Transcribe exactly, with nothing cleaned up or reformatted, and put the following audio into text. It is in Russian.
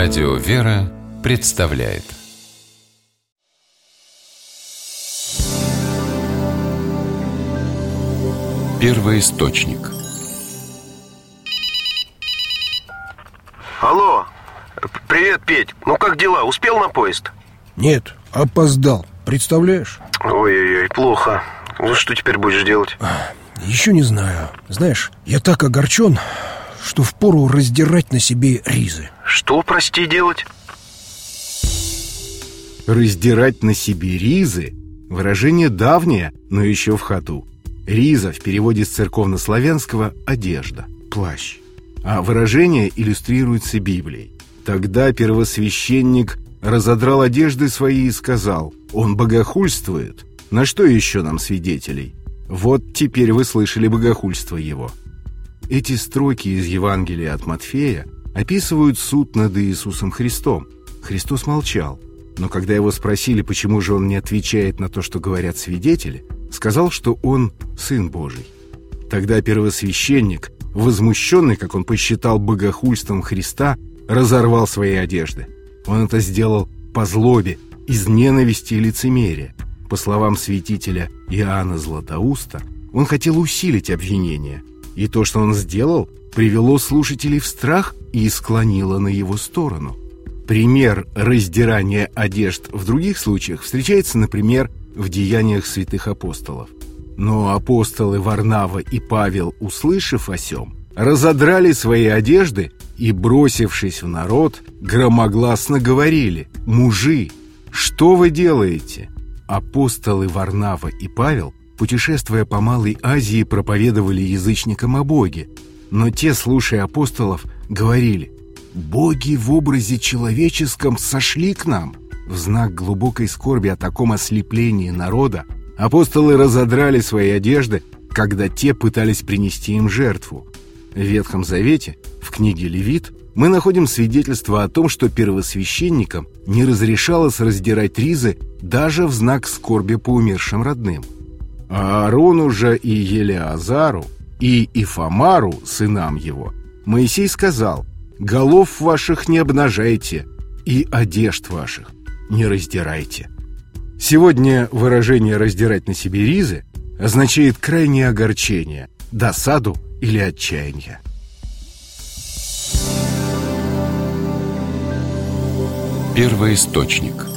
Радио «Вера» представляет Первоисточник. Алло, привет, Петь. Ну как дела? Успел на поезд? Нет, опоздал. Представляешь? Ой-ой-ой, плохо. Ну что теперь будешь делать? Еще не знаю. Знаешь, я так огорчен, что впору раздирать на себе ризы. Что, прости, делать? Раздирать на себе ризы – выражение давнее, но еще в ходу. Риза в переводе с церковнославянского – одежда, плащ. А выражение иллюстрируется Библией. Тогда первосвященник разодрал одежды свои и сказал: «Он богохульствует. На что еще нам свидетелей? Вот теперь вы слышали богохульство его». Эти строки из Евангелия от Матфея описывают суд над Иисусом Христом. Христос молчал, но когда его спросили, почему же он не отвечает на то, что говорят свидетели, сказал, что он Сын Божий. Тогда первосвященник, возмущенный, как он посчитал, богохульством Христа, разорвал свои одежды. Он это сделал по злобе, из ненависти и лицемерия. По словам святителя Иоанна Златоуста, он хотел усилить обвинение. И то, что он сделал, привело слушателей в страх и склонило на его сторону. Пример раздирания одежд в других случаях встречается, например, в деяниях святых апостолов. Но апостолы Варнава и Павел, услышав о сем, разодрали свои одежды и, бросившись в народ, громогласно говорили: «Мужи, что вы делаете?» Апостолы Варнава и Павел, путешествуя по Малой Азии, проповедовали язычникам о Боге. Но те, слушая апостолов, говорили: «Боги в образе человеческом сошли к нам». В знак глубокой скорби о таком ослеплении народа апостолы разодрали свои одежды, когда те пытались принести им жертву. В Ветхом Завете, в книге Левит, мы находим свидетельство о том, что первосвященникам не разрешалось раздирать ризы даже в знак скорби по умершим родным. А Аарону же и Елеазару, и Ифамару, сынам его, Моисей сказал: «Голов ваших не обнажайте, и одежд ваших не раздирайте». Сегодня выражение «раздирать на себе ризы» означает крайнее огорчение, досаду или отчаяние. Первоисточник.